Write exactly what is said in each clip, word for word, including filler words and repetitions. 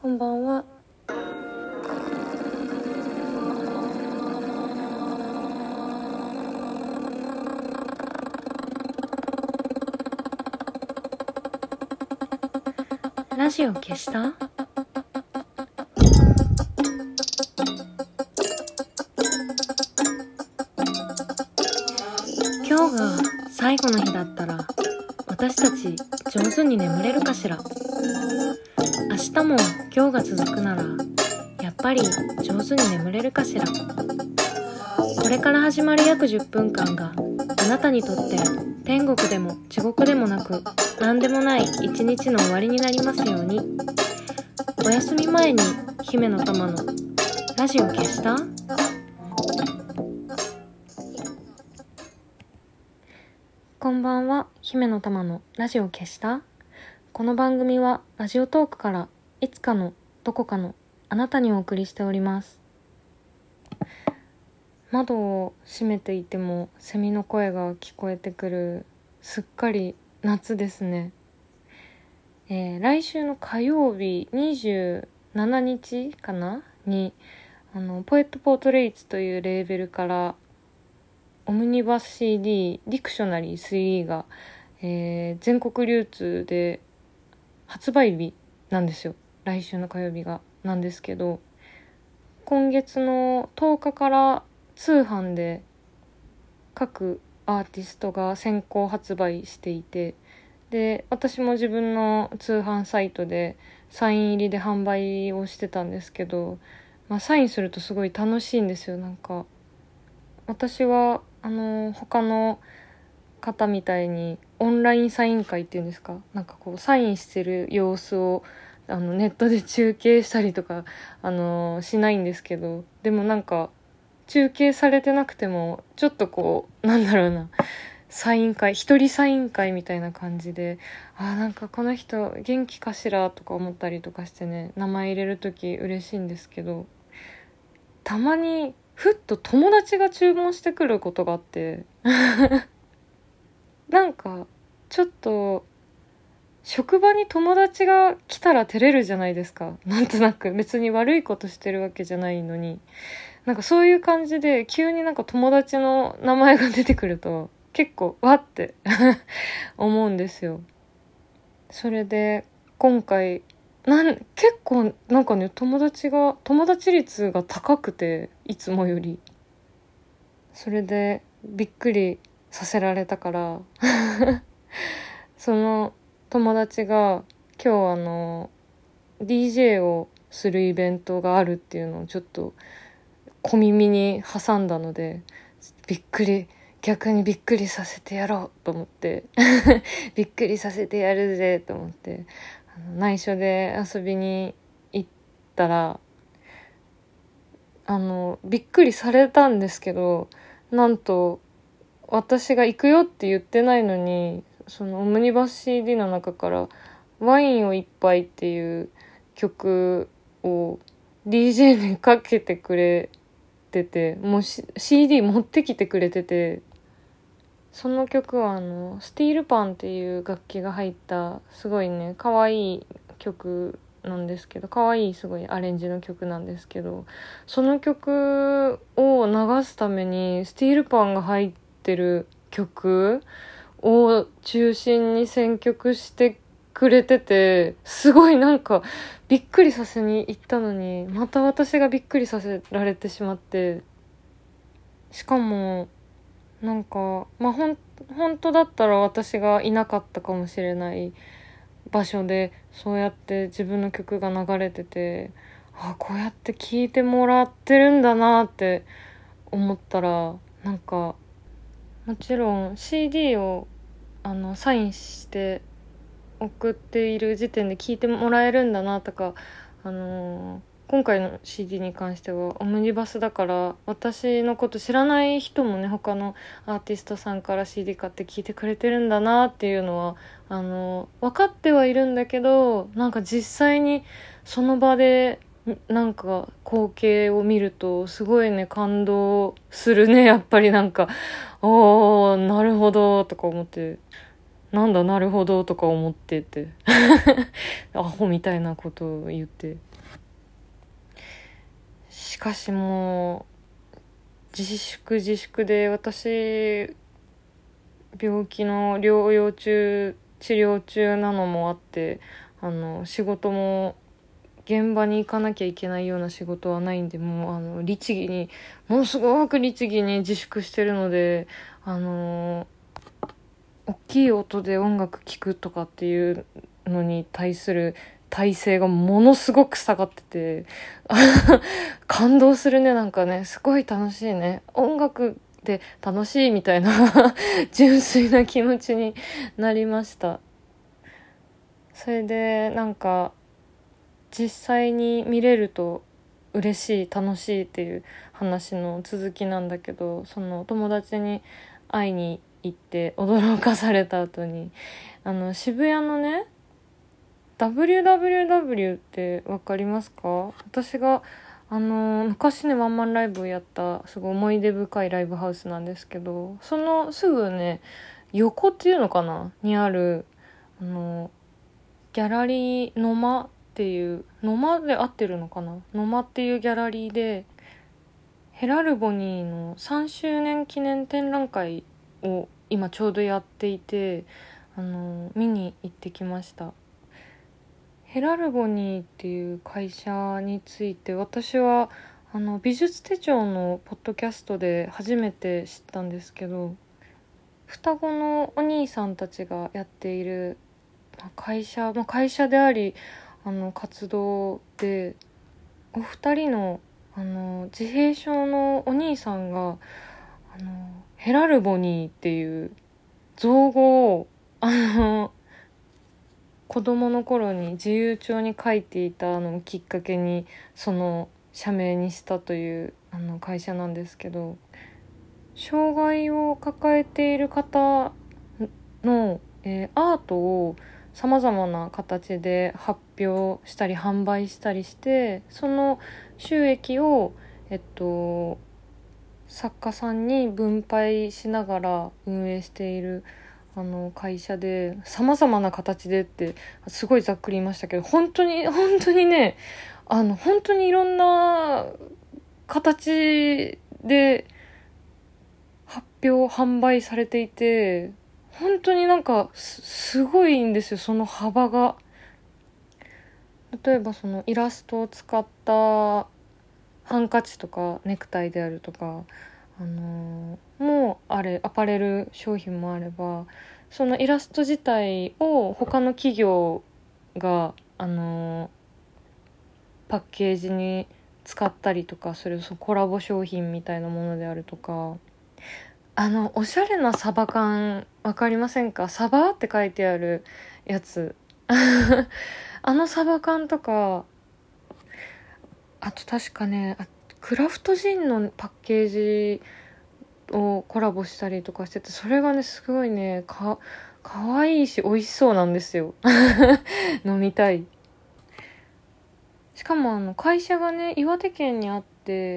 こんばんは。ラジオ消した？今日が最後の日だったら私たち上手に眠れるかしら。明日も今日が続くならやっぱり上手に眠れるかしら。これから始まる約じゅっぷんかんがあなたにとって天国でも地獄でもなく何でもない一日の終わりになりますように。お休み前に姫の玉のラジオ消した？こんばんは。姫の玉のラジオ消した？この番組はラジオトークからいつかのどこかのあなたにお送りしております。窓を閉めていてもセミの声が聞こえてくるすっかり夏ですね。えー、来週の火曜日にじゅうしちにちかなにあのポエットポートレイツというレーベルからオムニバス シーディー ディクショナリースリーが、えー、全国流通で発売日なんですよ。来週の火曜日がなんですけど、今月のとおかから通販で各アーティストが先行発売していて、で私も自分の通販サイトでサイン入りで販売をしてたんですけど、まあ、サインするとすごい楽しいんですよ。なんか私はあの他の方みたいにオンラインサイン会っていうんですか、なんかこうサインしてる様子をあのネットで中継したりとかあのしないんですけど、でもなんか中継されてなくてもちょっとこうなんだろうな、サイン会、一人サイン会みたいな感じで、あーなんかこの人元気かしらとか思ったりとかしてね、名前入れるとき嬉しいんですけど、たまにふっと友達が注文してくることがあってなんかちょっと職場に友達が来たら照れるじゃないですか。なんとなく別に悪いことしてるわけじゃないのに、なんかそういう感じで急になんか友達の名前が出てくると結構わって思うんですよ。それで今回なん結構なんかね、友達が友達率が高くて、いつもよりそれでびっくりさせられたからその友達が今日あの ディージェー をするイベントがあるっていうのをちょっと小耳に挟んだので、びっくり逆にびっくりさせてやろうと思ってびっくりさせてやるぜと思ってあの内緒で遊びに行ったら、あのびっくりされたんですけど、なんと私が行くよって言ってないのに、そのオムニバス シーディー の中からワインを一杯っていう曲を ディージェー にかけてくれてて、もう シーディー 持ってきてくれてて、その曲はあのスティールパンっていう楽器が入ったすごいね可愛い曲なんですけど、可愛いすごいアレンジの曲なんですけど、その曲を流すためにスティールパンが入ってる曲を中心に選曲してくれてて、すごいなんかびっくりさせに行ったのにまた私がびっくりさせられてしまって、しかもなんかまあほん本当だったら私がいなかったかもしれない場所でそうやって自分の曲が流れてて、あこうやって聴いてもらってるんだなって思ったら、なんかもちろん シーディー をあのサインして送っている時点で聴いてもらえるんだなとか、あのー今回の シーディー に関してはオムニバスだから私のこと知らない人もね、他のアーティストさんから シーディー 買って聴いてくれてるんだなっていうのはあの分かってはいるんだけど、なんか実際にその場でなんか光景を見るとすごいね感動するね。やっぱりなんかおーなるほどとか思って、 なんだなるほどとか思っててアホみたいなことを言って、しかしもう自粛自粛で、私病気の療養中治療中なのもあって、あの仕事も現場に行かなきゃいけないような仕事はないんで、もうあの律儀にものすごく律儀に自粛してるので、あの大きい音で音楽聴くとかっていうのに対する体勢がものすごく下がってて感動するね。なんかね、すごい楽しいね、音楽で楽しいみたいな純粋な気持ちになりました。それでなんか実際に見れると嬉しい楽しいっていう話の続きなんだけど、その友達に会いに行って驚かされた後に、あの渋谷のね ダブリューダブリューダブリュー ってわかりますか？私があの昔ねワンマンライブをやったすごい思い出深いライブハウスなんですけど、そのすぐね横っていうのかなにあるあのギャラリーノマっていう、ノマで合ってるのかな、ノマっていうギャラリーでヘラルボニーのさんしゅうねん記念展覧会を今ちょうどやっていて、あの見に行ってきました。ヘラルボニーっていう会社について私はあの美術手帳のポッドキャストで初めて知ったんですけど、双子のお兄さんたちがやっている会社、まあ、会社でありあの活動で、お二人のあの自閉症のお兄さんがあのヘラルボニーっていう造語をあの子供の頃に自由帳に書いていたのをきっかけにその社名にしたというあの会社なんですけど、障害を抱えている方の、えーアートをさまざまな形で発表したり販売したりして、その収益を、えっと、作家さんに分配しながら運営しているあの会社で、さまざまな形でってすごいざっくり言いましたけど、本当に本当にね、あの本当にいろんな形で発表販売されていて、本当になんか す, すごいんですよ、その幅が。例えばそのイラストを使ったハンカチとかネクタイであるとか、あのー、もうあれアパレル商品もあれば、そのイラスト自体を他の企業が、あのー、パッケージに使ったりとかする、そのコラボ商品みたいなものであるとか、あのおしゃれなサバ缶わかりませんか？サバって書いてあるやつあのサバ缶とか、あと確かね、あクラフトジンのパッケージをコラボしたりとかしてて、それがねすごいねかかわいいし美味しそうなんですよ飲みたい。しかもあの会社がね岩手県にあって、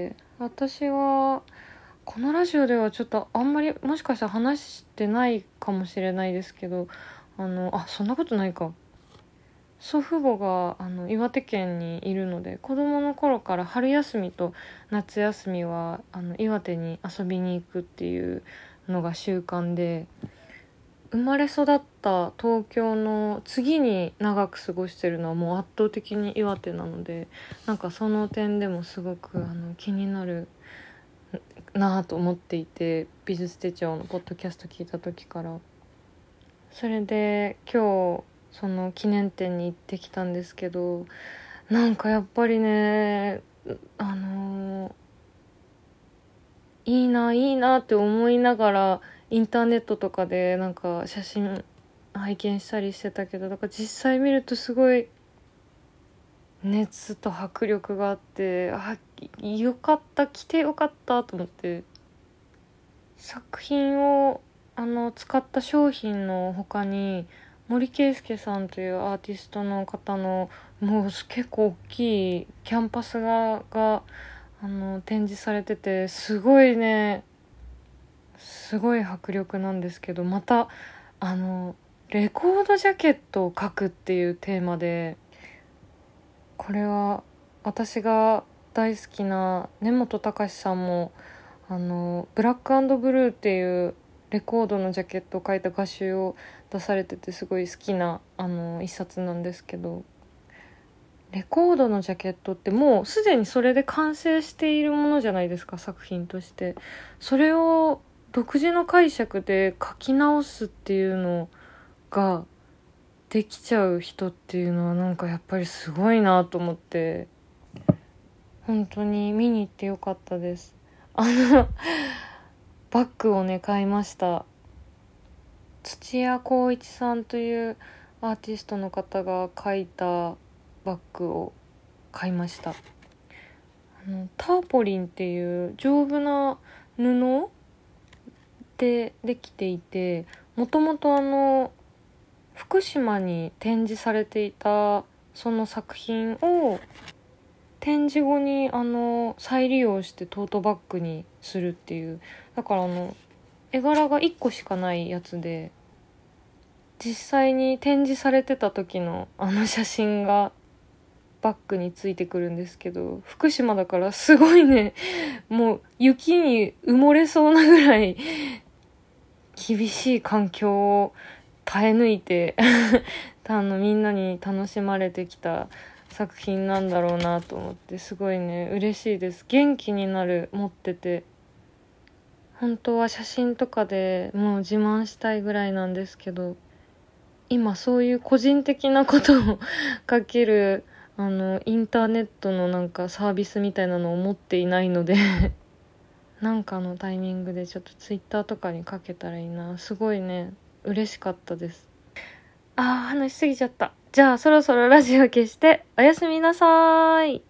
私はこのラジオではちょっとあんまりもしかしたら話してないかもしれないですけど、あのあそんなことないか、祖父母があの岩手県にいるので、子供の頃から春休みと夏休みはあの岩手に遊びに行くっていうのが習慣で、生まれ育った東京の次に長く過ごしてるのはもう圧倒的に岩手なので、なんかその点でもすごくあの気になるなぁと思っていて、美術手帳のポッドキャスト聞いた時から。それで今日その記念展に行ってきたんですけど、なんかやっぱりね、あのー、いいないいなって思いながらインターネットとかでなんか写真拝見したりしてたけど、だから実際見るとすごい熱と迫力があって、あ、よかった、来てよかったと思って。作品をあの使った商品の他に森圭介さんというアーティストの方のもう結構大きいキャンパス画があの展示されてて、すごいねすごい迫力なんですけど、またあのレコードジャケットを描くっていうテーマで、これは私が大好きな根本敬さんもあのブラック&ブルーっていうレコードのジャケットを描いた画集を出されてて、すごい好きなあの一冊なんですけど、レコードのジャケットってもうすでにそれで完成しているものじゃないですか、作品として。それを独自の解釈で書き直すっていうのができちゃう人っていうのはなんかやっぱりすごいなと思って、本当に見に行ってよかったです。あのバッグをね買いました。土屋光一さんというアーティストの方が描いたバッグを買いました。あのターポリンっていう丈夫な布でできていて、もともとあの福島に展示されていたその作品を展示後にあの再利用してトートバッグにするっていう、だからあの絵柄がいっこしかないやつで、実際に展示されてた時のあの写真がバッグについてくるんですけど、福島だからすごいね、もう雪に埋もれそうなぐらい厳しい環境を耐え抜いてあのみんなに楽しまれてきた作品なんだろうなと思って、すごいね嬉しいです。元気になる、持ってて。本当は写真とかでもう自慢したいぐらいなんですけど、今そういう個人的なことを書けるあのインターネットのなんかサービスみたいなのを持っていないのでなんかのタイミングでちょっとツイッターとかに書けたらいいな。すごいね嬉しかったです。あー話しすぎちゃった。じゃあそろそろラジオ消しておやすみなさーい。